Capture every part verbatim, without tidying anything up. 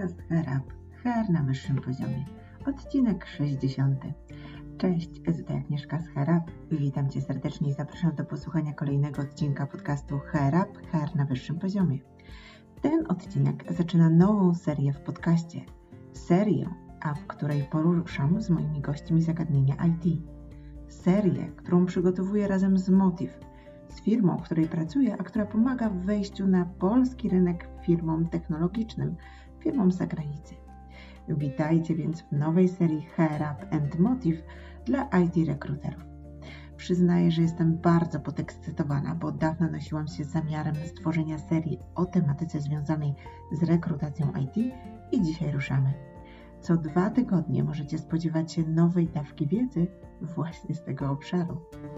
Podcast HearUp, Hair na wyższym poziomie, odcinek sześćdziesiąty. Cześć, tutaj Agnieszka z HearUp. Witam Cię serdecznie i zapraszam do posłuchania kolejnego odcinka podcastu HearUp, Hair na wyższym poziomie. Ten odcinek zaczyna nową serię w podcaście. Serię, a w której poruszam z moimi gośćmi zagadnienia I T. Serię, którą przygotowuję razem z Motiv, z firmą, w której pracuję, a która pomaga w wejściu na polski rynek firmom technologicznym, firmom z zagranicy. Witajcie więc w nowej serii HearUp and Motiv dla I T rekruterów. Przyznaję, że jestem bardzo podekscytowana, bo od dawna nosiłam się z zamiarem stworzenia serii o tematyce związanej z rekrutacją I T i dzisiaj ruszamy. Co dwa tygodnie możecie spodziewać się nowej dawki wiedzy właśnie z tego obszaru.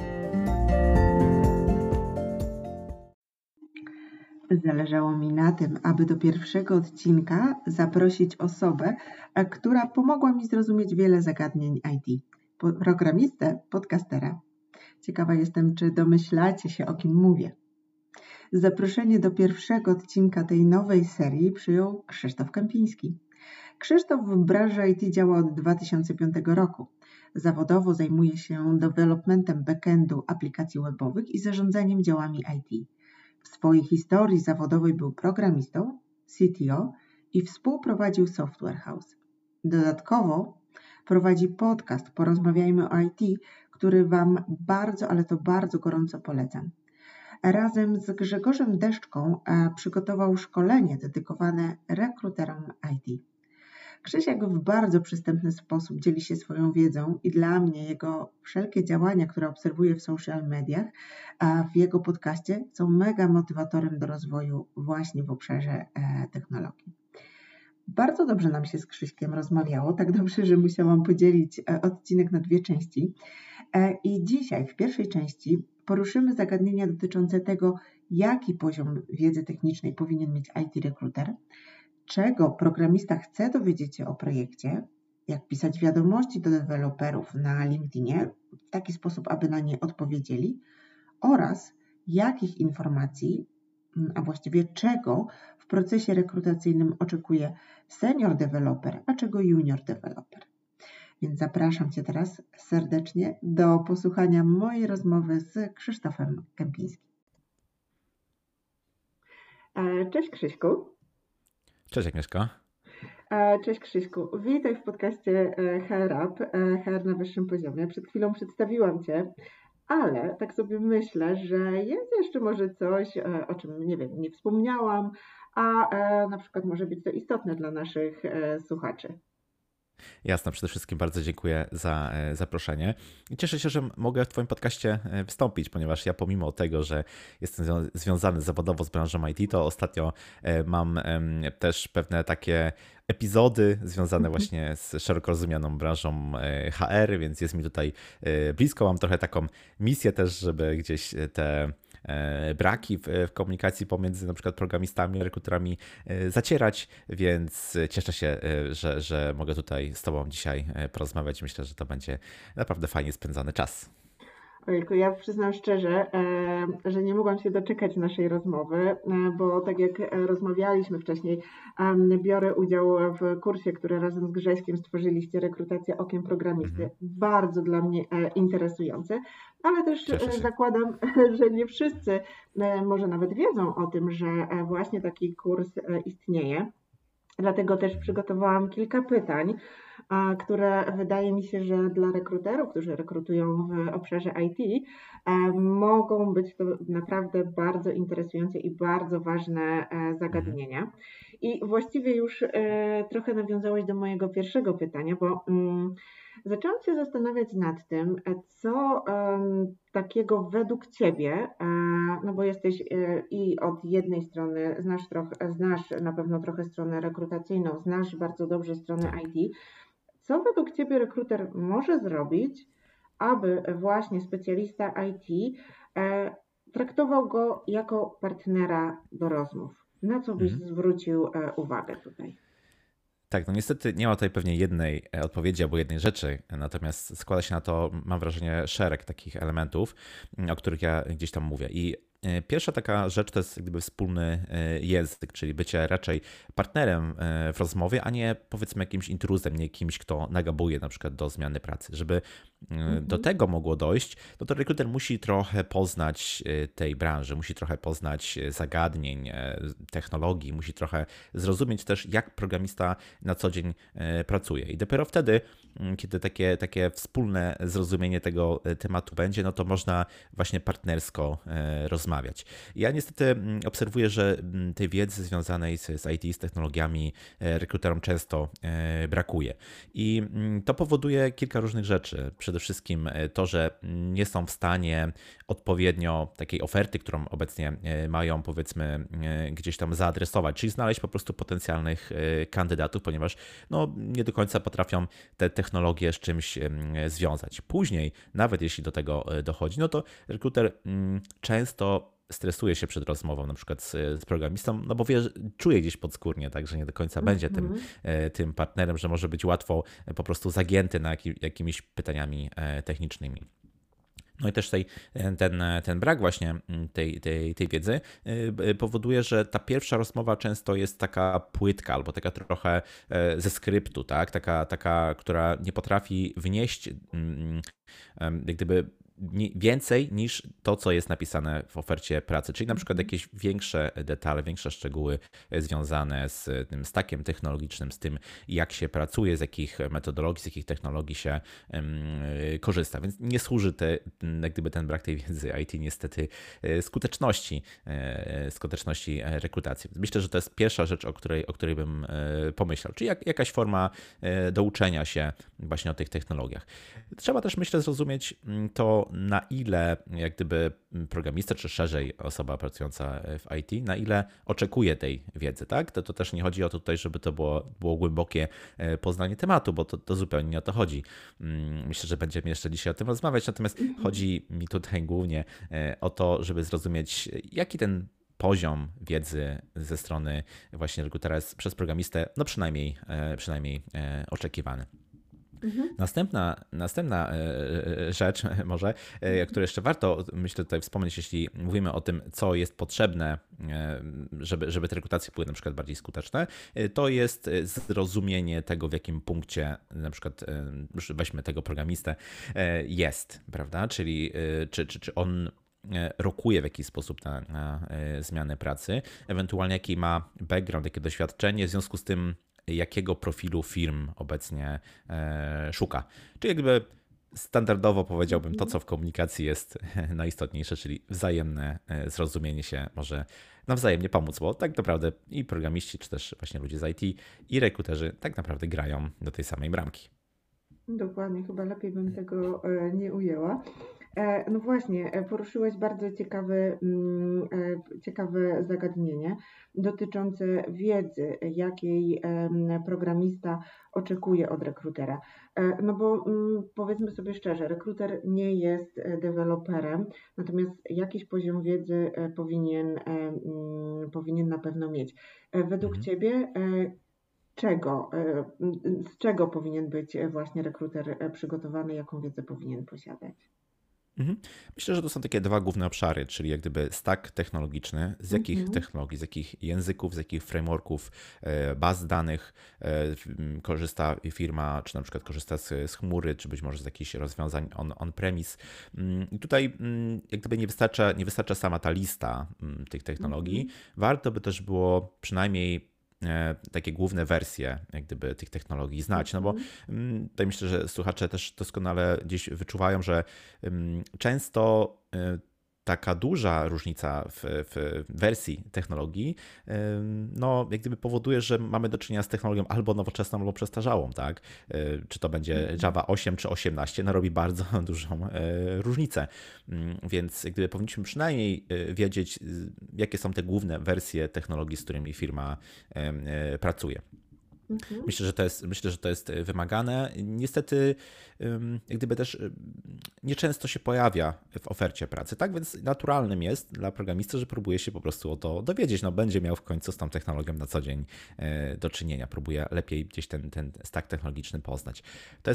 Zależało mi na tym, aby do pierwszego odcinka zaprosić osobę, która pomogła mi zrozumieć wiele zagadnień I T. Programistę, podcastera. Ciekawa jestem, czy domyślacie się, o kim mówię. Zaproszenie do pierwszego odcinka tej nowej serii przyjął Krzysztof Kępiński. Krzysztof w branży I T działa od dwa tysiące piątego roku. Zawodowo zajmuje się developmentem backendu aplikacji webowych i zarządzaniem działami I T. W swojej historii zawodowej był programistą, C T O i współprowadził Software House. Dodatkowo prowadzi podcast Porozmawiajmy o I T, który Wam bardzo, ale to bardzo gorąco polecam. Razem z Grzegorzem Deszczką przygotował szkolenie dedykowane rekruterom I T. Krzysiek w bardzo przystępny sposób dzieli się swoją wiedzą i dla mnie jego wszelkie działania, które obserwuję w social mediach, a w jego podcaście są mega motywatorem do rozwoju właśnie w obszarze technologii. Bardzo dobrze nam się z Krzyśkiem rozmawiało, tak dobrze, że musiałam podzielić odcinek na dwie części. I dzisiaj w pierwszej części poruszymy zagadnienia dotyczące tego, jaki poziom wiedzy technicznej powinien mieć I T rekruter, czego programista chce dowiedzieć się o projekcie, jak pisać wiadomości do deweloperów na LinkedInie w taki sposób, aby na nie odpowiedzieli oraz jakich informacji, a właściwie czego w procesie rekrutacyjnym oczekuje senior developer, a czego junior developer. Więc zapraszam Cię teraz serdecznie do posłuchania mojej rozmowy z Krzysztofem Kępińskim. Cześć Krzyśku. Cześć Agnieszka. Cześć Krzyśku. Witaj w podcaście HearUp, Hair na wyższym poziomie. Przed chwilą przedstawiłam Cię, ale tak sobie myślę, że jest jeszcze może coś, o czym nie wiem, nie wspomniałam, a na przykład może być to istotne dla naszych słuchaczy. Jasne, przede wszystkim bardzo dziękuję za zaproszenie i cieszę się, że mogę w Twoim podcaście wystąpić, ponieważ ja pomimo tego, że jestem związany zawodowo z branżą I T, to ostatnio mam też pewne takie epizody związane właśnie z szeroko rozumianą branżą H R, więc jest mi tutaj blisko. Mam trochę taką misję też, żeby gdzieś te braki w komunikacji pomiędzy na przykład programistami, rekruterami zacierać, więc cieszę się, że, że mogę tutaj z Tobą dzisiaj porozmawiać. Myślę, że to będzie naprawdę fajnie spędzany czas. Ojejku, ja przyznam szczerze, że nie mogłam się doczekać naszej rozmowy, bo tak jak rozmawialiśmy wcześniej, biorę udział w kursie, który razem z Grześkiem stworzyliście, Rekrutacja okiem programisty. Mhm. Bardzo dla mnie interesujący, ale też zakładam, że nie wszyscy może nawet wiedzą o tym, że właśnie taki kurs istnieje. Dlatego też przygotowałam kilka pytań, które wydaje mi się, że dla rekruterów, którzy rekrutują w obszarze I T, mogą być to naprawdę bardzo interesujące i bardzo ważne zagadnienia. I właściwie już trochę nawiązałeś do mojego pierwszego pytania, bo zaczęłam się zastanawiać nad tym, co takiego według Ciebie, no bo jesteś i od jednej strony znasz, trochę, znasz na pewno trochę stronę rekrutacyjną, znasz bardzo dobrze stronę I T, co według Ciebie rekruter może zrobić, aby właśnie specjalista I T traktował go jako partnera do rozmów? Na co byś mhm. zwrócił uwagę tutaj? Tak, no niestety nie ma tutaj pewnie jednej odpowiedzi albo jednej rzeczy, natomiast składa się na to, mam wrażenie, szereg takich elementów, o których ja gdzieś tam mówię. I Pierwsza taka rzecz to jest jak gdyby wspólny język, czyli bycie raczej partnerem w rozmowie, a nie powiedzmy jakimś intruzem, nie kimś, kto nagabuje na przykład do zmiany pracy. Żeby mhm. do tego mogło dojść, no to rekruter musi trochę poznać tej branży, musi trochę poznać zagadnień, technologii, musi trochę zrozumieć też, jak programista na co dzień pracuje. I dopiero wtedy, kiedy takie, takie wspólne zrozumienie tego tematu będzie, no to można właśnie partnersko rozmawiać. Ja niestety obserwuję, że tej wiedzy związanej z, z I T, z technologiami rekruterom często brakuje. I to powoduje kilka różnych rzeczy. Przede wszystkim to, że nie są w stanie odpowiednio takiej oferty, którą obecnie mają, powiedzmy, gdzieś tam zaadresować, czyli znaleźć po prostu potencjalnych kandydatów, ponieważ no, nie do końca potrafią te technologie z czymś związać. Później, nawet jeśli do tego dochodzi, no to rekruter często stresuje się przed rozmową na przykład z, z programistą, no bo wie, czuje gdzieś podskórnie, tak, że nie do końca mm-hmm. będzie tym, tym partnerem, że może być łatwo po prostu zagięty na jaki, jakimiś pytaniami technicznymi. No i też tej, ten, ten brak właśnie tej, tej, tej wiedzy powoduje, że ta pierwsza rozmowa często jest taka płytka albo taka trochę ze skryptu, tak? Taka, taka, która nie potrafi wnieść jak gdyby więcej niż to, co jest napisane w ofercie pracy, czyli na przykład jakieś większe detale, większe szczegóły związane z tym stackiem technologicznym, z tym, jak się pracuje, z jakich metodologii, z jakich technologii się um, korzysta. Więc nie służy te, jak gdyby ten brak tej wiedzy I T niestety skuteczności, skuteczności rekrutacji. Myślę, że to jest pierwsza rzecz, o której, o której bym pomyślał, czyli jak, jakaś forma douczenia się właśnie o tych technologiach. Trzeba też, myślę, zrozumieć to, na ile jak gdyby programista, czy szerzej osoba pracująca w I T, na ile oczekuje tej wiedzy, tak? To, to też nie chodzi o to tutaj, żeby to było, było głębokie poznanie tematu, bo to, to zupełnie nie o to chodzi. Myślę, że będziemy jeszcze dzisiaj o tym rozmawiać, natomiast chodzi mi tutaj głównie o to, żeby zrozumieć, jaki ten poziom wiedzy ze strony właśnie rekrutera jest przez programistę, no przynajmniej, przynajmniej oczekiwany. Mhm. Następna, następna rzecz może, o której jeszcze warto, myślę, tutaj wspomnieć, jeśli mówimy o tym, co jest potrzebne, żeby, żeby te rekrutacje były na przykład bardziej skuteczne, to jest zrozumienie tego, w jakim punkcie na przykład, weźmy tego programistę, jest, prawda? Czyli czy, czy, czy on rokuje w jakiś sposób na, na zmianę pracy, ewentualnie jaki ma background, jakie doświadczenie, w związku z tym jakiego profilu firm obecnie e, szuka. Czyli jakby standardowo powiedziałbym to, co w komunikacji jest najistotniejsze, czyli wzajemne zrozumienie się może nawzajemnie pomóc, bo tak naprawdę i programiści, czy też właśnie ludzie z I T i rekruterzy tak naprawdę grają do tej samej bramki. Dokładnie, chyba lepiej bym tego nie ujęła. No właśnie, poruszyłeś bardzo ciekawe, ciekawe zagadnienie dotyczące wiedzy, jakiej programista oczekuje od rekrutera. No bo powiedzmy sobie szczerze, rekruter nie jest deweloperem, natomiast jakiś poziom wiedzy powinien, powinien na pewno mieć. Według mhm. Ciebie czego, z czego powinien być właśnie rekruter przygotowany, jaką wiedzę powinien posiadać? Myślę, że to są takie dwa główne obszary, czyli jak gdyby stack technologiczny, z jakich mhm. technologii, z jakich języków, z jakich frameworków, baz danych korzysta firma, czy na przykład korzysta z, z chmury, czy być może z jakichś rozwiązań on, on-premise. I tutaj jak gdyby nie wystarcza, nie wystarcza sama ta lista tych technologii. Mhm. Warto by też było przynajmniej takie główne wersje jak gdyby tych technologii znać, no bo tutaj myślę, że słuchacze też doskonale gdzieś wyczuwają, że często taka duża różnica w, w wersji technologii, no jak gdyby powoduje, że mamy do czynienia z technologią albo nowoczesną, albo przestarzałą, tak? Czy to będzie Java osiem czy osiemnaście, no robi bardzo dużą różnicę. Więc jak gdyby powinniśmy przynajmniej wiedzieć, jakie są te główne wersje technologii, z którymi firma pracuje. Mhm. Myślę, że to jest, myślę, że to jest wymagane. Niestety, jak gdyby też nieczęsto się pojawia w ofercie pracy, tak? Więc naturalnym jest dla programisty, że próbuje się po prostu o to dowiedzieć. No, będzie miał w końcu z tą technologią na co dzień do czynienia. Próbuje lepiej gdzieś ten, ten stack technologiczny poznać. To jest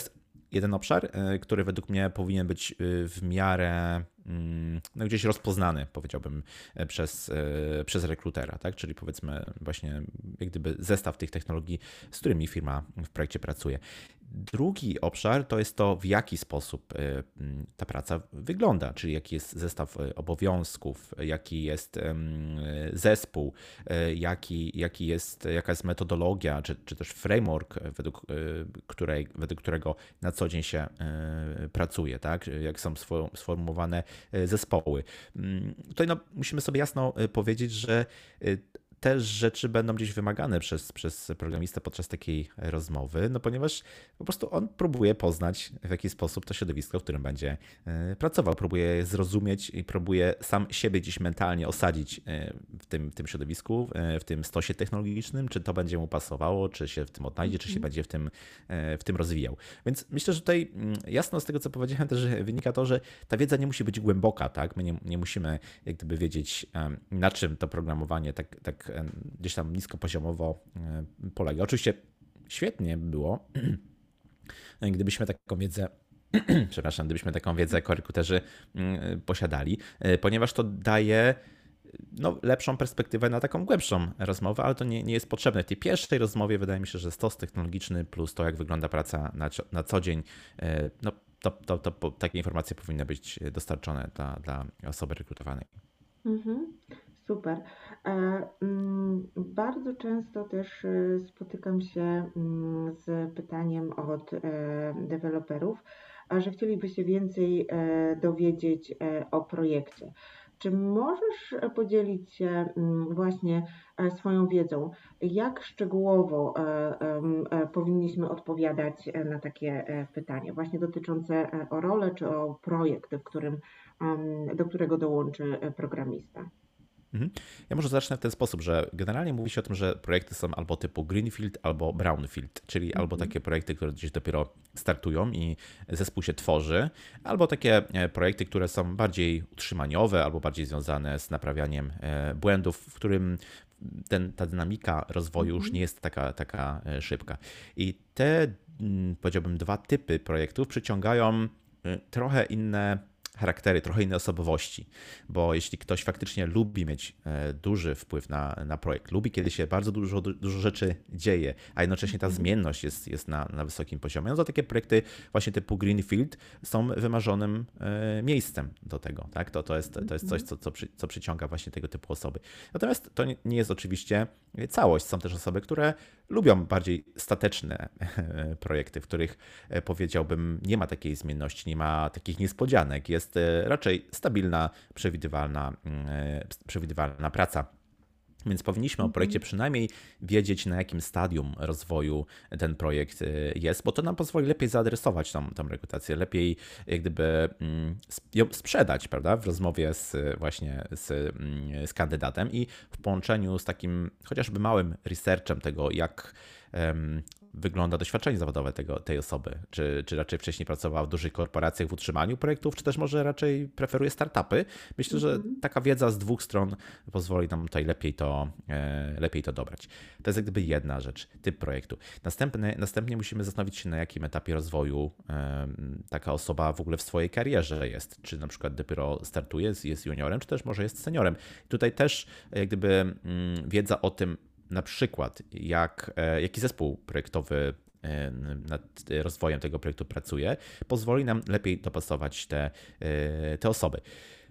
jeden obszar, który według mnie powinien być w miarę no, gdzieś rozpoznany, powiedziałbym, przez, przez rekrutera, tak? Czyli powiedzmy właśnie jak gdyby zestaw tych technologii, z którymi firma w projekcie pracuje. Drugi obszar to jest to, w jaki sposób ta praca wygląda, czyli jaki jest zestaw obowiązków, jaki jest zespół, jaki, jaki jest, jaka jest metodologia, czy, czy też framework, według, której, według którego na co dzień się pracuje, tak? Jak są sformułowane zespoły. Tutaj no, musimy sobie jasno powiedzieć, że te rzeczy będą gdzieś wymagane przez, przez programistę podczas takiej rozmowy, no ponieważ po prostu on próbuje poznać, w jaki sposób to środowisko, w którym będzie pracował, próbuje je zrozumieć i próbuje sam siebie gdzieś mentalnie osadzić w tym, w tym środowisku, w tym stosie technologicznym, czy to będzie mu pasowało, czy się w tym odnajdzie, czy się będzie w tym, w tym rozwijał. Więc myślę, że tutaj jasno z tego, co powiedziałem, też wynika to, że ta wiedza nie musi być głęboka, tak? My nie, nie musimy jak gdyby wiedzieć, na czym to programowanie tak, tak gdzieś tam niskopoziomowo polega. Oczywiście świetnie by było, gdybyśmy taką wiedzę, przepraszam, gdybyśmy taką wiedzę jako rekruterzy posiadali, ponieważ to daje no, lepszą perspektywę na taką głębszą rozmowę, ale to nie, nie jest potrzebne. W tej pierwszej rozmowie wydaje mi się, że stos technologiczny plus to, jak wygląda praca na, na co dzień, no, to, to, to, to takie informacje powinny być dostarczone dla, dla osoby rekrutowanej. Mhm. Super. Bardzo często też spotykam się z pytaniem od deweloperów, że chcieliby się więcej dowiedzieć o projekcie. Czy możesz podzielić się właśnie swoją wiedzą, jak szczegółowo powinniśmy odpowiadać na takie pytania, właśnie dotyczące o rolę czy o projekt, w którym, do którego dołączy programista? Ja może zacznę w ten sposób, że generalnie mówi się o tym, że projekty są albo typu greenfield, albo brownfield, czyli mhm. albo takie projekty, które gdzieś dopiero startują i zespół się tworzy, albo takie projekty, które są bardziej utrzymaniowe, albo bardziej związane z naprawianiem błędów, w którym ten, ta dynamika rozwoju mhm. już nie jest taka, taka szybka. I te, powiedziałbym, dwa typy projektów przyciągają trochę inne charaktery, trochę inne osobowości, bo jeśli ktoś faktycznie lubi mieć duży wpływ na, na projekt, lubi, kiedy się bardzo dużo, dużo rzeczy dzieje, a jednocześnie ta zmienność jest, jest na, na wysokim poziomie, no to takie projekty właśnie typu Greenfield są wymarzonym miejscem do tego, tak? To, to, jest, to jest coś, co, co, przy, co przyciąga właśnie tego typu osoby. Natomiast to nie jest oczywiście całość. Są też osoby, które lubią bardziej stateczne projekty, w których powiedziałbym nie ma takiej zmienności, nie ma takich niespodzianek, jest raczej stabilna, przewidywalna, przewidywalna praca. Więc powinniśmy o projekcie przynajmniej wiedzieć, na jakim stadium rozwoju ten projekt jest, bo to nam pozwoli lepiej zaadresować tą, tą rekrutację, lepiej jak gdyby ją sprzedać, prawda, w rozmowie z właśnie z, z kandydatem i w połączeniu z takim chociażby małym researchem tego, jak um, wygląda doświadczenie zawodowe tego, tej osoby, czy, czy raczej wcześniej pracowała w dużych korporacjach w utrzymaniu projektów, czy też może raczej preferuje startupy. Myślę, że taka wiedza z dwóch stron pozwoli nam tutaj lepiej to, e, lepiej to dobrać. To jest jak gdyby jedna rzecz, typ projektu. Następnie, następnie musimy zastanowić się, na jakim etapie rozwoju e, taka osoba w ogóle w swojej karierze jest. Czy na przykład dopiero startuje, jest juniorem, czy też może jest seniorem. Tutaj też jak gdyby m, wiedza o tym, na przykład jak, jaki zespół projektowy nad rozwojem tego projektu pracuje, pozwoli nam lepiej dopasować te, te osoby.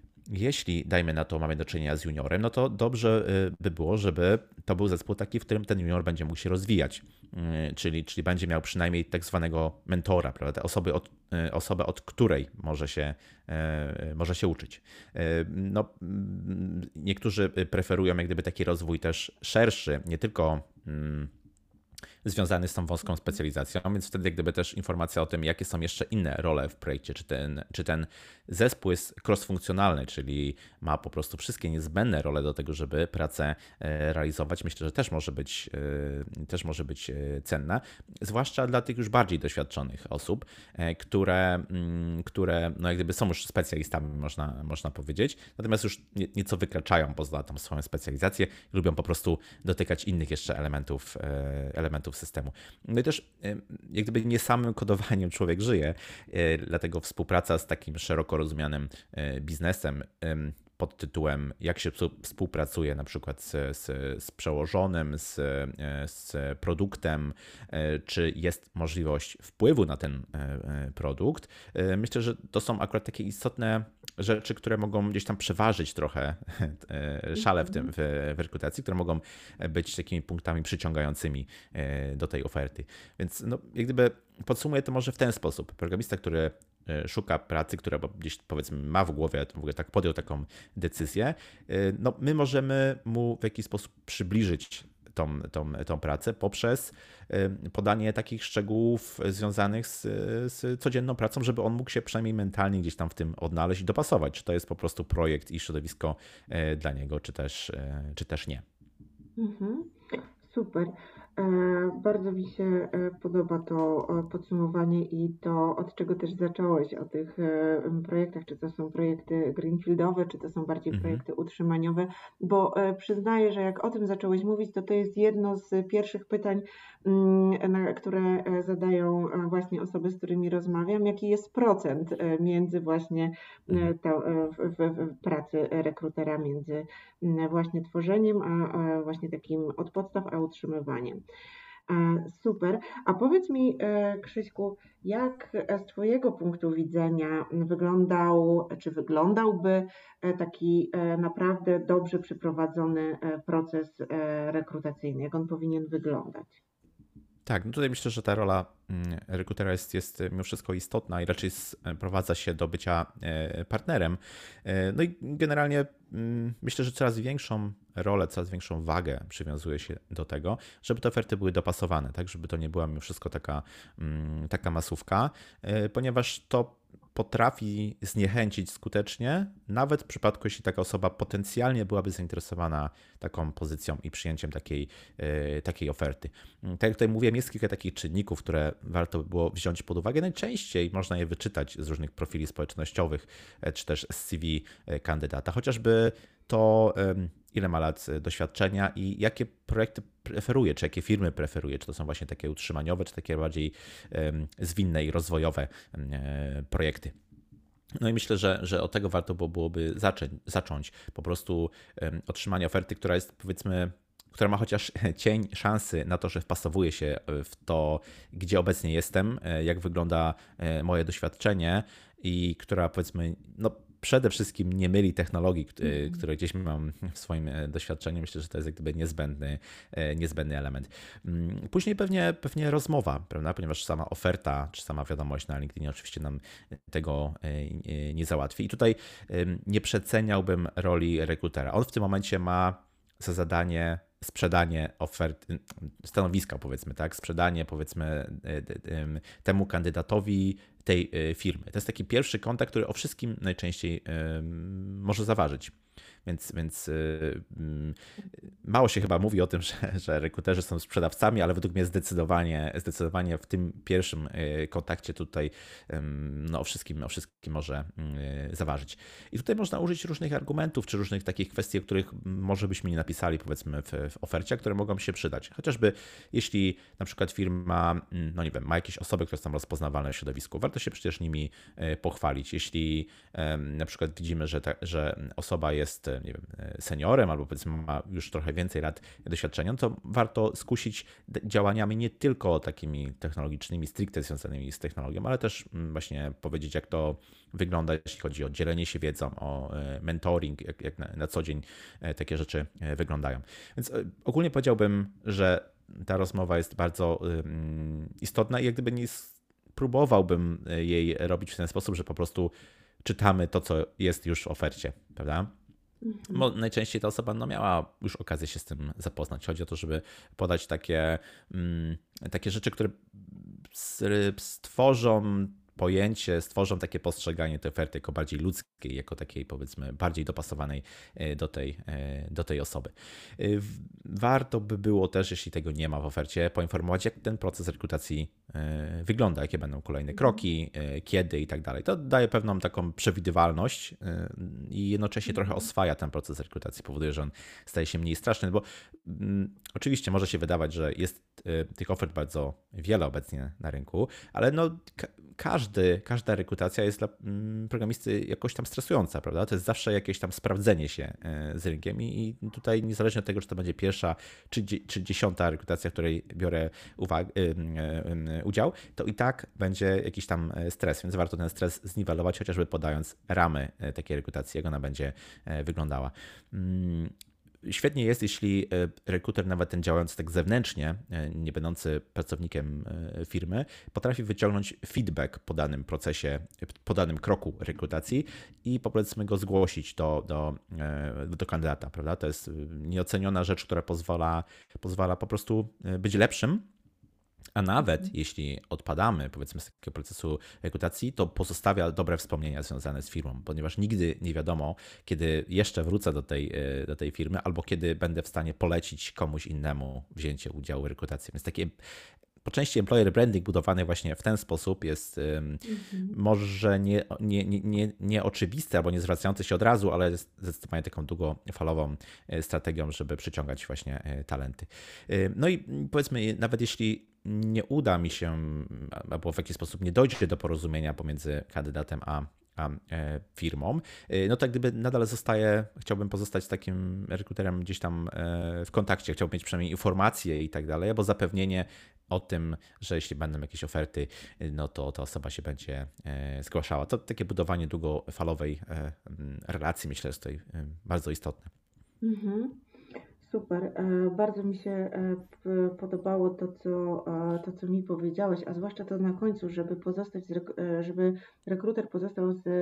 Jeśli, dajmy na to, mamy do czynienia z juniorem, no to dobrze by było, żeby to był zespół taki, w którym ten junior będzie mógł się rozwijać, czyli, czyli będzie miał przynajmniej tak zwanego mentora, prawda? Osoby od, osobę, od której może się, może się uczyć. No, niektórzy preferują jak gdyby taki rozwój też szerszy, nie tylko związany z tą wąską specjalizacją, więc wtedy jak gdyby też informacja o tym, jakie są jeszcze inne role w projekcie, czy ten, czy ten zespół jest cross-funkcjonalny, czyli ma po prostu wszystkie niezbędne role do tego, żeby pracę realizować, myślę, że też może być, też może być cenna, zwłaszcza dla tych już bardziej doświadczonych osób, które, które no jak gdyby są już specjalistami, można, można powiedzieć, natomiast już nieco wykraczają poza tą swoją specjalizację i lubią po prostu dotykać innych jeszcze elementów, elementów elementów systemu. No i też jak gdyby nie samym kodowaniem człowiek żyje, dlatego współpraca z takim szeroko rozumianym biznesem pod tytułem jak się współpracuje na przykład z, z, z przełożonym, z, z produktem, czy jest możliwość wpływu na ten produkt. Myślę, że to są akurat takie istotne rzeczy, które mogą gdzieś tam przeważyć trochę szale w tym w, w rekrutacji, które mogą być takimi punktami przyciągającymi do tej oferty. Więc no, jak gdyby podsumuję to może w ten sposób. Programista, który szuka pracy, która gdzieś powiedzmy ma w głowie, w ogóle tak podjął taką decyzję, no my możemy mu w jakiś sposób przybliżyć tą, tą, tą pracę poprzez podanie takich szczegółów związanych z, z codzienną pracą, żeby on mógł się przynajmniej mentalnie gdzieś tam w tym odnaleźć i dopasować, czy to jest po prostu projekt i środowisko dla niego, czy też, czy też nie. Mhm. Super. Bardzo mi się podoba to podsumowanie i to, od czego też zacząłeś, o tych projektach, czy to są projekty greenfieldowe, czy to są bardziej mhm. projekty utrzymaniowe, bo przyznaję, że jak o tym zacząłeś mówić, to to jest jedno z pierwszych pytań, które zadają właśnie osoby, z którymi rozmawiam, jaki jest procent między właśnie to, w, w, w pracy rekrutera, między właśnie tworzeniem, a właśnie takim od podstaw, a utrzymywaniem. Super. A powiedz mi, Krzyśku, jak z Twojego punktu widzenia wyglądał, czy wyglądałby taki naprawdę dobrze przeprowadzony proces rekrutacyjny? Jak on powinien wyglądać? Tak, no tutaj myślę, że ta rola rekrutera jest, jest mimo wszystko istotna i raczej sprowadza się do bycia partnerem. No i generalnie myślę, że coraz większą rolę, coraz większą wagę przywiązuje się do tego, żeby te oferty były dopasowane, tak, żeby to nie była mimo wszystko taka, taka masówka, ponieważ to potrafi zniechęcić skutecznie, nawet w przypadku, jeśli taka osoba potencjalnie byłaby zainteresowana taką pozycją i przyjęciem takiej, takiej oferty. Tak jak tutaj mówiłem, jest kilka takich czynników, które warto by było wziąć pod uwagę. Najczęściej można je wyczytać z różnych profili społecznościowych, czy też z C V kandydata, chociażby to, ile ma lat doświadczenia i jakie projekty preferuje, czy jakie firmy preferuje, czy to są właśnie takie utrzymaniowe, czy takie bardziej zwinne i rozwojowe projekty. No i myślę, że, że od tego warto byłoby zacząć, zacząć po prostu otrzymanie oferty, która jest powiedzmy, która ma chociaż cień szansy na to, że wpasowuje się w to, gdzie obecnie jestem, jak wygląda moje doświadczenie i która powiedzmy, no przede wszystkim nie myli technologii, które gdzieś mam w swoim doświadczeniu. Myślę, że to jest jak gdyby niezbędny, niezbędny element. Później pewnie, pewnie rozmowa, prawda? Ponieważ sama oferta, czy sama wiadomość na LinkedInie oczywiście nam tego nie załatwi. I tutaj nie przeceniałbym roli rekrutera. On w tym momencie ma za zadanie sprzedanie oferty, stanowiska powiedzmy, tak, sprzedanie powiedzmy temu kandydatowi tej firmy. To jest taki pierwszy kontakt, który o wszystkim najczęściej może zaważyć. Więc, więc mało się chyba mówi o tym, że, że rekruterzy są sprzedawcami, ale według mnie zdecydowanie, zdecydowanie w tym pierwszym kontakcie tutaj no, o wszystkim, o wszystkim może zaważyć. I tutaj można użyć różnych argumentów, czy różnych takich kwestii, o których może byśmy nie napisali powiedzmy w, w ofercie, które mogą się przydać. Chociażby jeśli na przykład firma, no nie wiem, ma jakieś osoby, które są rozpoznawalne w środowisku, warto się przecież nimi pochwalić. Jeśli na przykład widzimy, że, ta, że osoba jest nie wiem, seniorem albo powiedzmy ma już trochę więcej lat doświadczenia, to warto skusić działaniami nie tylko takimi technologicznymi, stricte związanymi z technologią, ale też właśnie powiedzieć, jak to wygląda, jeśli chodzi o dzielenie się wiedzą, o mentoring, jak, jak na, na co dzień takie rzeczy wyglądają. Więc ogólnie powiedziałbym, że ta rozmowa jest bardzo istotna i jak gdyby nie próbowałbym jej robić w ten sposób, że po prostu czytamy to, co jest już w ofercie, prawda? Bo najczęściej ta osoba no, miała już okazję się z tym zapoznać. Chodzi o to, żeby podać takie, mm, takie rzeczy, które stworzą pojęcie, stworzą takie postrzeganie tej oferty jako bardziej ludzkiej, jako takiej powiedzmy bardziej dopasowanej do tej, do tej osoby. Warto by było też, jeśli tego nie ma w ofercie, poinformować, jak ten proces rekrutacji wygląda, jakie będą kolejne kroki, kiedy i tak dalej. To daje pewną taką przewidywalność i jednocześnie trochę oswaja ten proces rekrutacji, powoduje, że on staje się mniej straszny, bo mm, oczywiście może się wydawać, że jest tych ofert bardzo wiele obecnie na rynku, ale no ka- każdy, każda rekrutacja jest dla programisty jakoś tam stresująca, prawda? To jest zawsze jakieś tam sprawdzenie się z rynkiem i tutaj niezależnie od tego, czy to będzie pierwsza czy, czy dziesiąta rekrutacja, w której biorę uwagę, udział, to i tak będzie jakiś tam stres, więc warto ten stres zniwelować, chociażby podając ramy takiej rekrutacji, jak ona będzie wyglądała. Świetnie jest, jeśli rekruter, nawet ten działający tak zewnętrznie, nie będący pracownikiem firmy, potrafi wyciągnąć feedback po danym procesie, po danym kroku rekrutacji i powiedzmy go zgłosić do, do, do kandydata, prawda? To jest nieoceniona rzecz, która pozwala, pozwala po prostu być lepszym. A nawet jeśli odpadamy, powiedzmy, z takiego procesu rekrutacji, to pozostawia dobre wspomnienia związane z firmą, ponieważ nigdy nie wiadomo, kiedy jeszcze wrócę do tej, do tej firmy, albo kiedy będę w stanie polecić komuś innemu wzięcie udziału w rekrutacji. Więc takie po części employer branding budowany właśnie w ten sposób jest mhm. może nie, nie, nie, nie oczywisty albo nie zwracający się od razu, ale jest zdecydowanie taką długofalową strategią, żeby przyciągać właśnie talenty. No i powiedzmy, nawet jeśli nie uda mi się albo w jakiś sposób nie dojdzie do porozumienia pomiędzy kandydatem a a firmą, no to jak gdyby nadal zostaje, chciałbym pozostać z takim rekruterem gdzieś tam w kontakcie, chciałbym mieć przynajmniej informacje i tak dalej, albo zapewnienie o tym, że jeśli będą jakieś oferty, no to ta osoba się będzie zgłaszała. To takie budowanie długofalowej relacji, myślę, jest tutaj bardzo istotne. Mhm. Super. Bardzo mi się podobało to co, to, co mi powiedziałeś, a zwłaszcza to na końcu, żeby pozostać, żeby rekruter pozostał z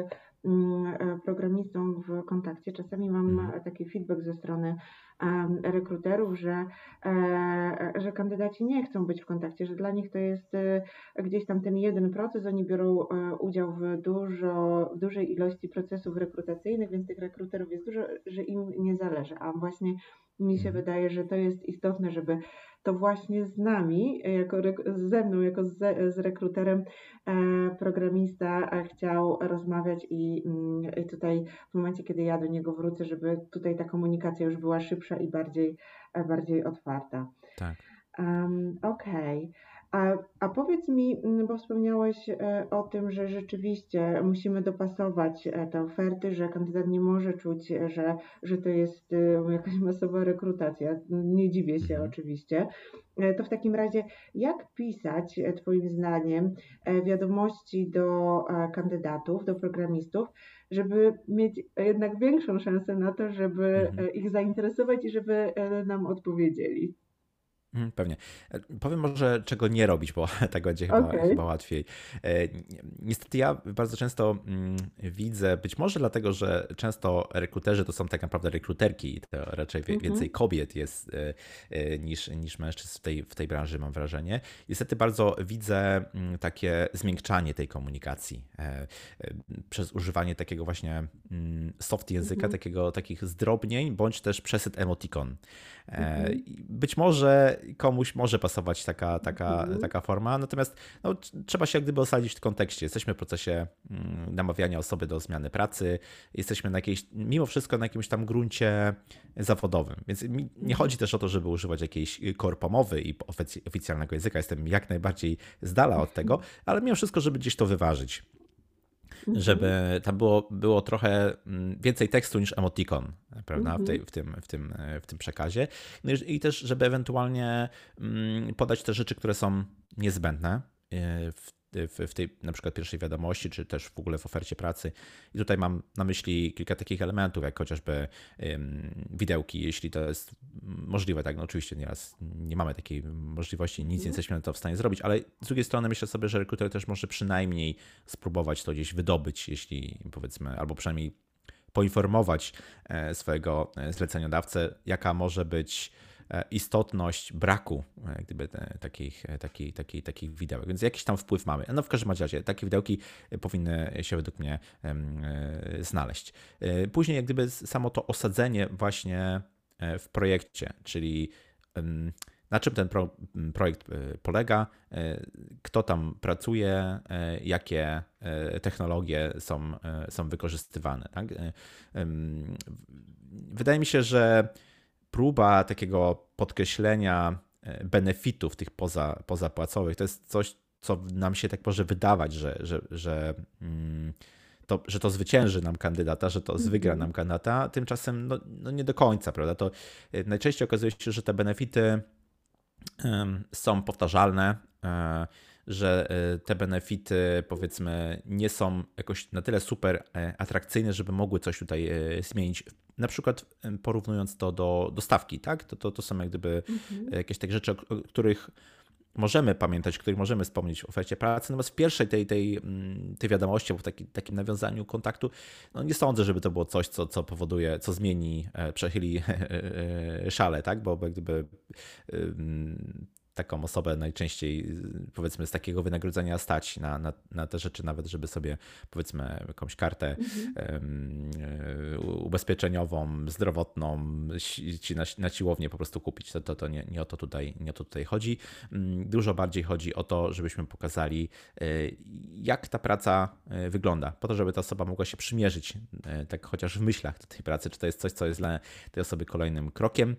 programistą w kontakcie. Czasami mam mhm. taki feedback ze strony rekruterów, że, że kandydaci nie chcą być w kontakcie, że dla nich to jest gdzieś tam ten jeden proces, oni biorą udział w, dużo, w dużej ilości procesów rekrutacyjnych, więc tych rekruterów jest dużo, że im nie zależy, a właśnie mi się wydaje, że to jest istotne, żeby to właśnie z nami, jako, ze mną, jako z, z rekruterem programista chciał rozmawiać i, i tutaj w momencie, kiedy ja do niego wrócę, żeby tutaj ta komunikacja już była szybsza i bardziej, bardziej otwarta. Tak. Um, Okej. Okay. A, a powiedz mi, bo wspomniałeś o tym, że rzeczywiście musimy dopasować te oferty, że kandydat nie może czuć, że, że to jest jakaś masowa rekrutacja. Nie dziwię się mhm. oczywiście. To w takim razie, jak pisać Twoim zdaniem wiadomości do kandydatów, do programistów, żeby mieć jednak większą szansę na to, żeby mhm. ich zainteresować i żeby nam odpowiedzieli? Pewnie. Powiem może, czego nie robić, bo tak będzie chyba, okay. chyba łatwiej. Niestety ja bardzo często widzę, być może dlatego, że często rekruterzy to są tak naprawdę rekruterki, to raczej mm-hmm. więcej kobiet jest niż, niż mężczyzn w tej, w tej branży, mam wrażenie. Niestety bardzo widzę takie zmiękczanie tej komunikacji przez używanie takiego właśnie soft języka, mm-hmm. takiego, takich zdrobnień, bądź też przesyt emotikon. Mm-hmm. Być może komuś może pasować taka, taka, mhm. taka forma, natomiast no, trzeba się jak gdyby osadzić w kontekście. Jesteśmy w procesie namawiania osoby do zmiany pracy, jesteśmy na jakiejś, mimo wszystko na jakimś tam gruncie zawodowym, więc nie chodzi też o to, żeby używać jakiejś korpomowy i oficjalnego języka, jestem jak najbardziej z dala od tego, ale mimo wszystko, żeby gdzieś to wyważyć. Żeby tam było, było trochę więcej tekstu niż emotikon, prawda, mm-hmm. w, tej, w, tym, w, tym, w tym przekazie. No i, i też, żeby ewentualnie podać te rzeczy, które są niezbędne w, w, w tej na przykład pierwszej wiadomości, czy też w ogóle w ofercie pracy. I tutaj mam na myśli kilka takich elementów, jak chociażby um, widełki, jeśli to jest możliwe, tak, no oczywiście nieraz nie mamy takiej możliwości, nic nie jesteśmy na to w stanie zrobić, ale z drugiej strony myślę sobie, że rekruter też może przynajmniej spróbować to gdzieś wydobyć, jeśli powiedzmy, albo przynajmniej poinformować swojego zleceniodawcę, jaka może być istotność braku gdyby te, takich, takich, takich, takich widełek, więc jakiś tam wpływ mamy. No w każdym razie takie widełki powinny się według mnie znaleźć. Później jak gdyby samo to osadzenie właśnie w projekcie, czyli na czym ten pro, projekt polega, kto tam pracuje, jakie technologie są, są wykorzystywane. Tak? Wydaje mi się, że próba takiego podkreślenia benefitów tych poza, pozapłacowych to jest coś, co nam się tak może wydawać, że, że, że, to, że to zwycięży nam kandydata, że to wygra nam kandydata, tymczasem no, no nie do końca, prawda? To najczęściej okazuje się, że te benefity są powtarzalne, że te benefity, powiedzmy, nie są jakoś na tyle super atrakcyjne, żeby mogły coś tutaj zmienić. Na przykład porównując to do, do stawki, tak? To, to, to są jak gdyby mhm. jakieś takie rzeczy, o których możemy pamiętać, o których możemy wspomnieć w ofercie pracy, natomiast w pierwszej tej, tej, tej wiadomości, w taki, takim nawiązaniu kontaktu, no nie sądzę, żeby to było coś, co, co powoduje, co zmieni, przechyli szale, tak? Bo jak gdyby taką osobę najczęściej, powiedzmy, z takiego wynagrodzenia stać na, na, na te rzeczy, nawet żeby sobie, powiedzmy, jakąś kartę mhm. ubezpieczeniową, zdrowotną, ci na, na siłownię po prostu kupić. To, to, to nie, nie o to tutaj, nie o to tutaj chodzi. Dużo bardziej chodzi o to, żebyśmy pokazali, jak ta praca wygląda, po to, żeby ta osoba mogła się przymierzyć, tak chociaż w myślach do tej pracy, czy to jest coś, co jest dla tej osoby kolejnym krokiem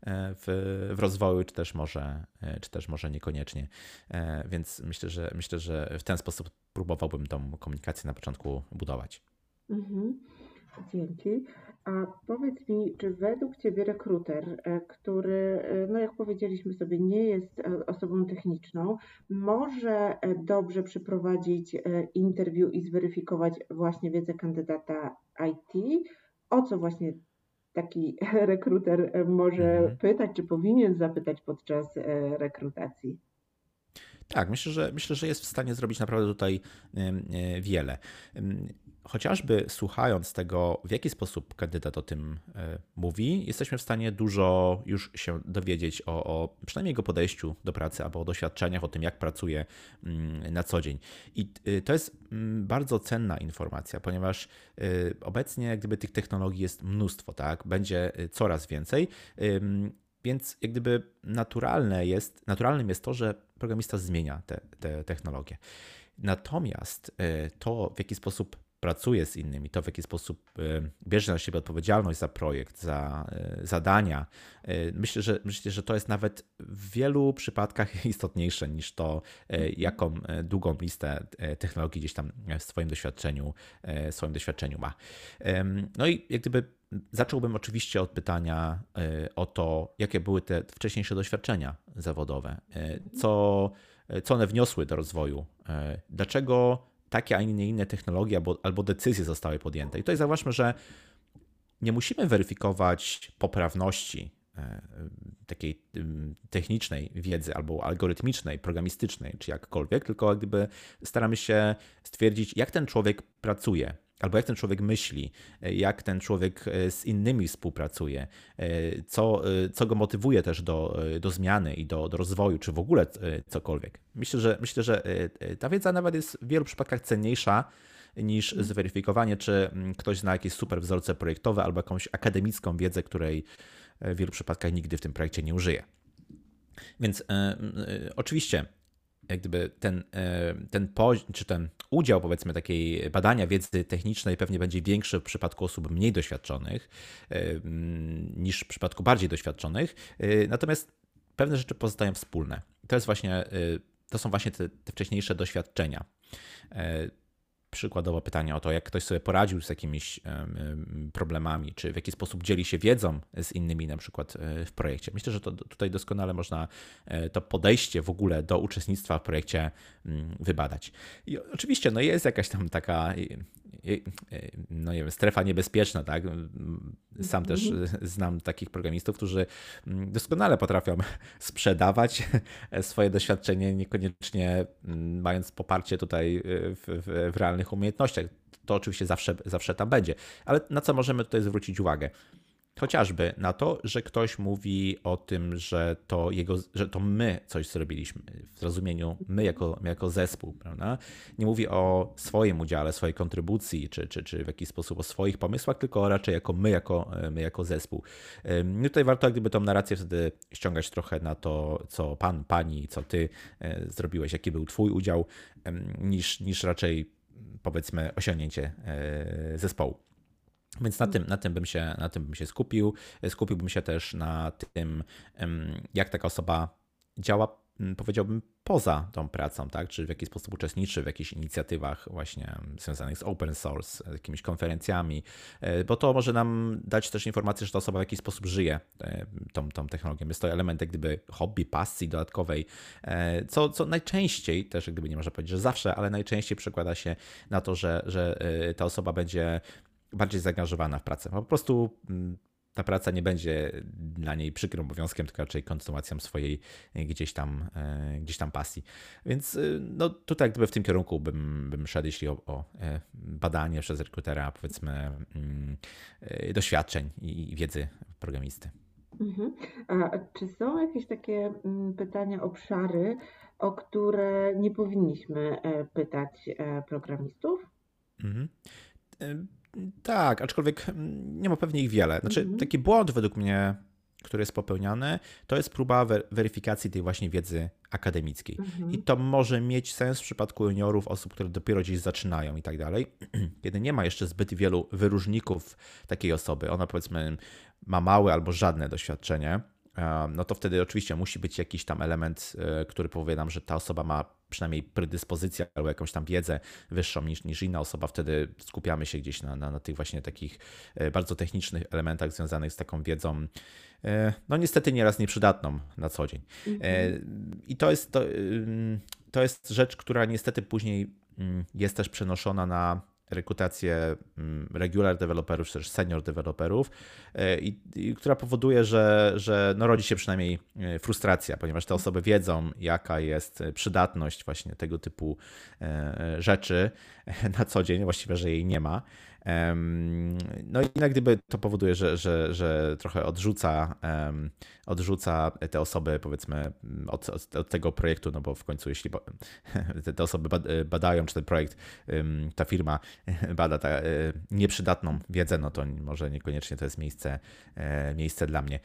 w, w rozwoju, czy też może, czy też może niekoniecznie. Więc myślę, że myślę, że w ten sposób próbowałbym tą komunikację na początku budować. Mhm. Dzięki. A powiedz mi, czy według Ciebie rekruter, który, no jak powiedzieliśmy sobie, nie jest osobą techniczną, może dobrze przeprowadzić interview i zweryfikować właśnie wiedzę kandydata I T? O co właśnie taki rekruter może mhm. pytać, czy powinien zapytać podczas rekrutacji? Tak, myślę, że myślę, że jest w stanie zrobić naprawdę tutaj wiele. Chociażby słuchając tego, w jaki sposób kandydat o tym mówi, jesteśmy w stanie dużo już się dowiedzieć o, o przynajmniej jego podejściu do pracy albo o doświadczeniach, o tym, jak pracuje na co dzień. I to jest bardzo cenna informacja, ponieważ obecnie jak gdyby tych technologii jest mnóstwo, tak? Będzie coraz więcej. Więc jak gdyby naturalne jest, naturalnym jest to, że programista zmienia te, te technologie. Natomiast to, w jaki sposób pracuje z innymi, to w jaki sposób bierze na siebie odpowiedzialność za projekt, za zadania, myślę, że, myślę, że to jest nawet w wielu przypadkach istotniejsze niż to, jaką długą listę technologii gdzieś tam w swoim doświadczeniu, w swoim doświadczeniu ma. No i jak gdyby zacząłbym oczywiście od pytania o to, jakie były te wcześniejsze doświadczenia zawodowe, co, co one wniosły do rozwoju, dlaczego takie, a nie inne technologie albo, albo decyzje zostały podjęte. I tutaj zauważmy, że nie musimy weryfikować poprawności takiej technicznej wiedzy albo algorytmicznej, programistycznej, czy jakkolwiek, tylko gdyby staramy się stwierdzić, jak ten człowiek pracuje, albo jak ten człowiek myśli, jak ten człowiek z innymi współpracuje, co, co go motywuje też do, do zmiany i do, do rozwoju, czy w ogóle cokolwiek. Myślę, że myślę, że ta wiedza nawet jest w wielu przypadkach cenniejsza niż zweryfikowanie, czy ktoś zna jakieś super wzorce projektowe albo jakąś akademicką wiedzę, której w wielu przypadkach nigdy w tym projekcie nie użyje. Więc e, oczywiście jak gdyby ten, ten, czy ten udział, powiedzmy, takiej badania wiedzy technicznej pewnie będzie większy w przypadku osób mniej doświadczonych niż w przypadku bardziej doświadczonych, natomiast pewne rzeczy pozostają wspólne. To jest właśnie, to są właśnie te, te wcześniejsze doświadczenia. Przykładowo pytanie o to, jak ktoś sobie poradził z jakimiś problemami, czy w jaki sposób dzieli się wiedzą z innymi na przykład w projekcie. Myślę, że to tutaj doskonale można to podejście w ogóle do uczestnictwa w projekcie wybadać. I oczywiście no jest jakaś tam taka no nie wiem, strefa niebezpieczna, tak? Sam też znam takich programistów, którzy doskonale potrafią sprzedawać swoje doświadczenie, niekoniecznie mając poparcie tutaj w, w, w realnych umiejętnościach. To oczywiście zawsze, zawsze tam będzie. Ale na co możemy tutaj zwrócić uwagę? chociażby na to, że ktoś mówi o tym, że to jego, że to my coś zrobiliśmy, w rozumieniu my jako, my jako zespół, prawda? Nie mówi o swoim udziale, swojej kontrybucji, czy, czy, czy w jakiś sposób o swoich pomysłach, tylko raczej jako my, jako, my jako zespół. No tutaj warto jak gdyby tą narrację wtedy ściągać trochę na to, co pan, pani, co ty zrobiłeś, jaki był twój udział, niż, niż raczej powiedzmy osiągnięcie zespołu. Więc na tym, na tym bym się, na tym bym się skupił. Skupiłbym się też na tym, jak taka osoba działa, powiedziałbym, poza tą pracą, tak? Czy w jaki sposób uczestniczy w jakichś inicjatywach właśnie związanych z open source, z jakimiś konferencjami, bo to może nam dać też informację, że ta osoba w jakiś sposób żyje tą, tą technologią. Jest to element jak gdyby hobby, pasji dodatkowej, co, co najczęściej, też jak gdyby nie można powiedzieć, że zawsze, ale najczęściej przekłada się na to, że, że ta osoba będzie bardziej zaangażowana w pracę. Po prostu ta praca nie będzie dla niej przykrym obowiązkiem, tylko raczej kontynuacją swojej gdzieś tam, gdzieś tam pasji. Więc no, tutaj jak gdyby w tym kierunku bym, bym szedł, jeśli o, o badanie przez rekrutera, powiedzmy, doświadczeń i wiedzy programisty. Mhm. A czy są jakieś takie pytania, obszary, o które nie powinniśmy pytać programistów? Mhm. Tak, aczkolwiek nie ma pewnie ich wiele. Znaczy, mm-hmm. taki błąd według mnie, który jest popełniany, to jest próba wer- weryfikacji tej właśnie wiedzy akademickiej. Mm-hmm. I to może mieć sens w przypadku juniorów, osób, które dopiero gdzieś zaczynają i tak dalej, kiedy nie ma jeszcze zbyt wielu wyróżników takiej osoby. Ona powiedzmy ma małe albo żadne doświadczenie, no to wtedy oczywiście musi być jakiś tam element, który powie nam, że ta osoba ma przynajmniej predyspozycję albo jakąś tam wiedzę wyższą niż, niż inna osoba. Wtedy skupiamy się gdzieś na, na, na tych właśnie takich bardzo technicznych elementach związanych z taką wiedzą, no niestety nieraz nieprzydatną na co dzień. Mm-hmm. I to jest, to, to jest rzecz, która niestety później jest też przenoszona na rekrutację regular developerów, czy też senior developerów, i, i która powoduje, że, że no rodzi się przynajmniej frustracja, ponieważ te osoby wiedzą, jaka jest przydatność właśnie tego typu rzeczy na co dzień, właściwie, że jej nie ma. No i jak gdyby to powoduje, że, że, że trochę odrzuca, odrzuca te osoby, powiedzmy, od, od, od tego projektu, no bo w końcu jeśli te, te osoby badają, czy ten projekt, ta firma bada ta nieprzydatną wiedzę, no to może niekoniecznie to jest miejsce, miejsce dla mnie.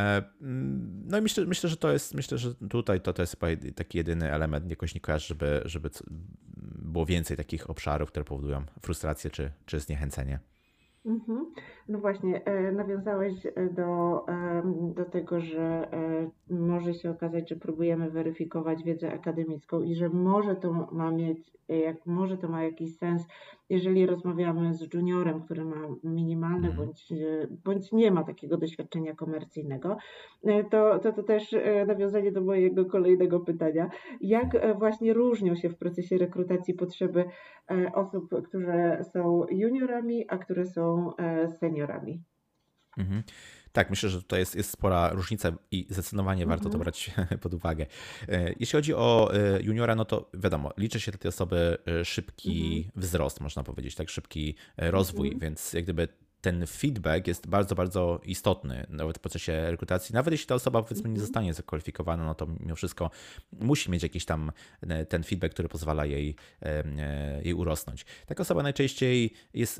No i myślę, myślę, że to jest, myślę, że tutaj to, to jest taki jedyny element, jakoś nie kojarzę, żeby, żeby było więcej takich obszarów, które powodują frustrację czy, czy zniechęcenie. Mhm. No właśnie, nawiązałeś do, do tego, że może się okazać, że próbujemy weryfikować wiedzę akademicką i że może to ma mieć, jak może to ma jakiś sens, jeżeli rozmawiamy z juniorem, który ma minimalne mm. bądź, bądź nie ma takiego doświadczenia komercyjnego, to, to to też nawiązanie do mojego kolejnego pytania. Jak właśnie różnią się w procesie rekrutacji potrzeby osób, które są juniorami, a które są seniorami? Mhm. Tak, myślę, że tutaj jest, jest spora różnica i zdecydowanie mhm. warto to brać pod uwagę. Jeśli chodzi o juniora, no to wiadomo, liczy się dla tej osoby szybki mhm. wzrost, można powiedzieć, tak, szybki rozwój, mhm. więc jak gdyby ten feedback jest bardzo, bardzo istotny nawet w procesie rekrutacji. Nawet jeśli ta osoba, powiedzmy, nie zostanie zakwalifikowana, no to mimo wszystko musi mieć jakiś tam ten feedback, który pozwala jej, jej urosnąć. Taka osoba najczęściej jest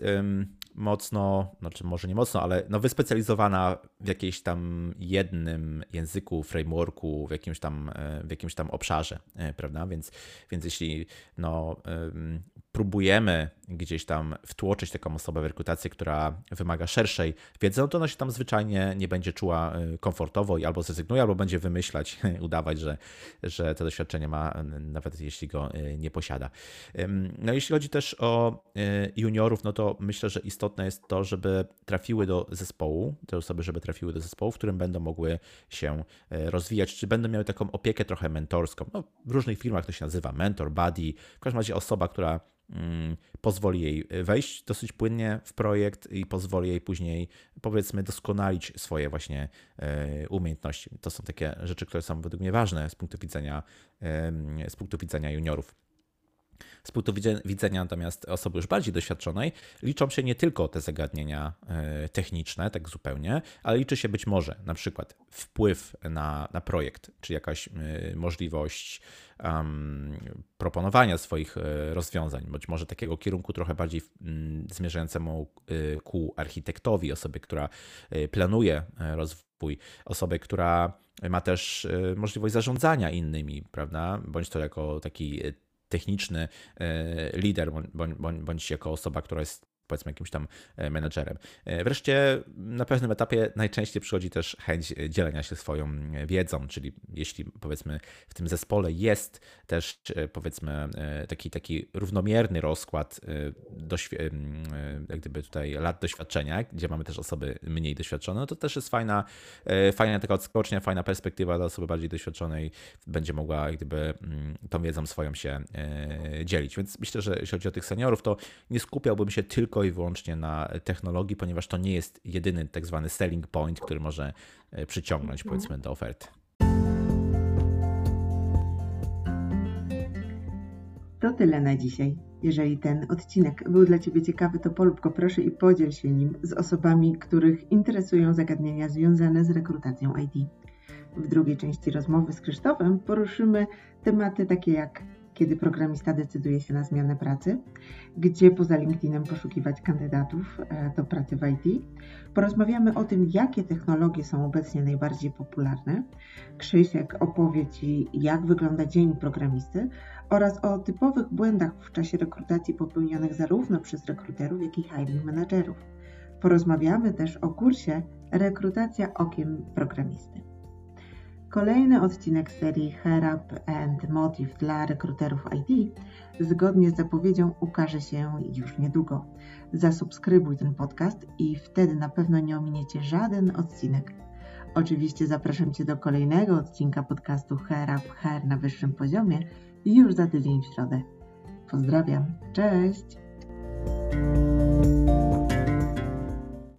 mocno, znaczy może nie mocno, ale no wyspecjalizowana w jakiejś tam jednym języku, frameworku, w jakimś tam, w jakimś tam obszarze, prawda? Więc, więc jeśli no, próbujemy gdzieś tam wtłoczyć taką osobę w rekrutację, która wymaga szerszej wiedzy, no to ona się tam zwyczajnie nie będzie czuła komfortowo i albo zrezygnuje, albo będzie wymyślać, udawać, że, że to doświadczenie ma, nawet jeśli go nie posiada. No jeśli chodzi też o juniorów, no to myślę, że istotne jest to, żeby trafiły do zespołu, te osoby, żeby trafiły do zespołu, w którym będą mogły się rozwijać, czy będą miały taką opiekę trochę mentorską. No, w różnych firmach to się nazywa mentor, buddy, w każdym razie osoba, która pozwoli jej wejść dosyć płynnie w projekt i pozwoli jej później, powiedzmy, doskonalić swoje właśnie umiejętności. To są takie rzeczy, które są według mnie ważne z punktu widzenia, z punktu widzenia juniorów. Z punktu widzenia natomiast osoby już bardziej doświadczonej liczą się nie tylko te zagadnienia techniczne, tak zupełnie, ale liczy się być może na przykład wpływ na, na projekt, czy jakaś możliwość um, proponowania swoich rozwiązań, być może takiego kierunku trochę bardziej um, zmierzającemu ku architektowi, osoby, która planuje rozwój, osoby, która ma też możliwość zarządzania innymi, prawda, bądź to jako taki techniczny lider, bądź, bądź, bądź jako osoba, która jest powiedzmy jakimś tam menedżerem. Wreszcie na pewnym etapie najczęściej przychodzi też chęć dzielenia się swoją wiedzą, czyli jeśli powiedzmy w tym zespole jest też powiedzmy taki, taki równomierny rozkład doświ- jak gdyby tutaj lat doświadczenia, gdzie mamy też osoby mniej doświadczone, no to też jest fajna, fajna taka odskocznia, fajna perspektywa dla osoby bardziej doświadczonej, będzie mogła jak gdyby tą wiedzą swoją się dzielić. Więc myślę, że jeśli chodzi o tych seniorów, to nie skupiałbym się tylko i wyłącznie na technologii, ponieważ to nie jest jedyny tak zwany selling point, który może przyciągnąć powiedzmy do oferty. To tyle na dzisiaj. Jeżeli ten odcinek był dla Ciebie ciekawy, to polub go proszę i podziel się nim z osobami, których interesują zagadnienia związane z rekrutacją I T. W drugiej części rozmowy z Krzysztofem poruszymy tematy takie jak kiedy programista decyduje się na zmianę pracy, gdzie poza LinkedInem poszukiwać kandydatów do pracy w I T. Porozmawiamy o tym, jakie technologie są obecnie najbardziej popularne. Krzysiek opowie Ci, jak wygląda dzień programisty oraz o typowych błędach w czasie rekrutacji popełnionych zarówno przez rekruterów, jak i hiring managerów. Porozmawiamy też o kursie Rekrutacja okiem programisty. Kolejny odcinek serii Hair Up and Motive dla rekruterów I T zgodnie z zapowiedzią ukaże się już niedługo. Zasubskrybuj ten podcast i wtedy na pewno nie ominiecie żaden odcinek. Oczywiście zapraszam Cię do kolejnego odcinka podcastu Hair Up Hair na wyższym poziomie już za tydzień w środę. Pozdrawiam, cześć!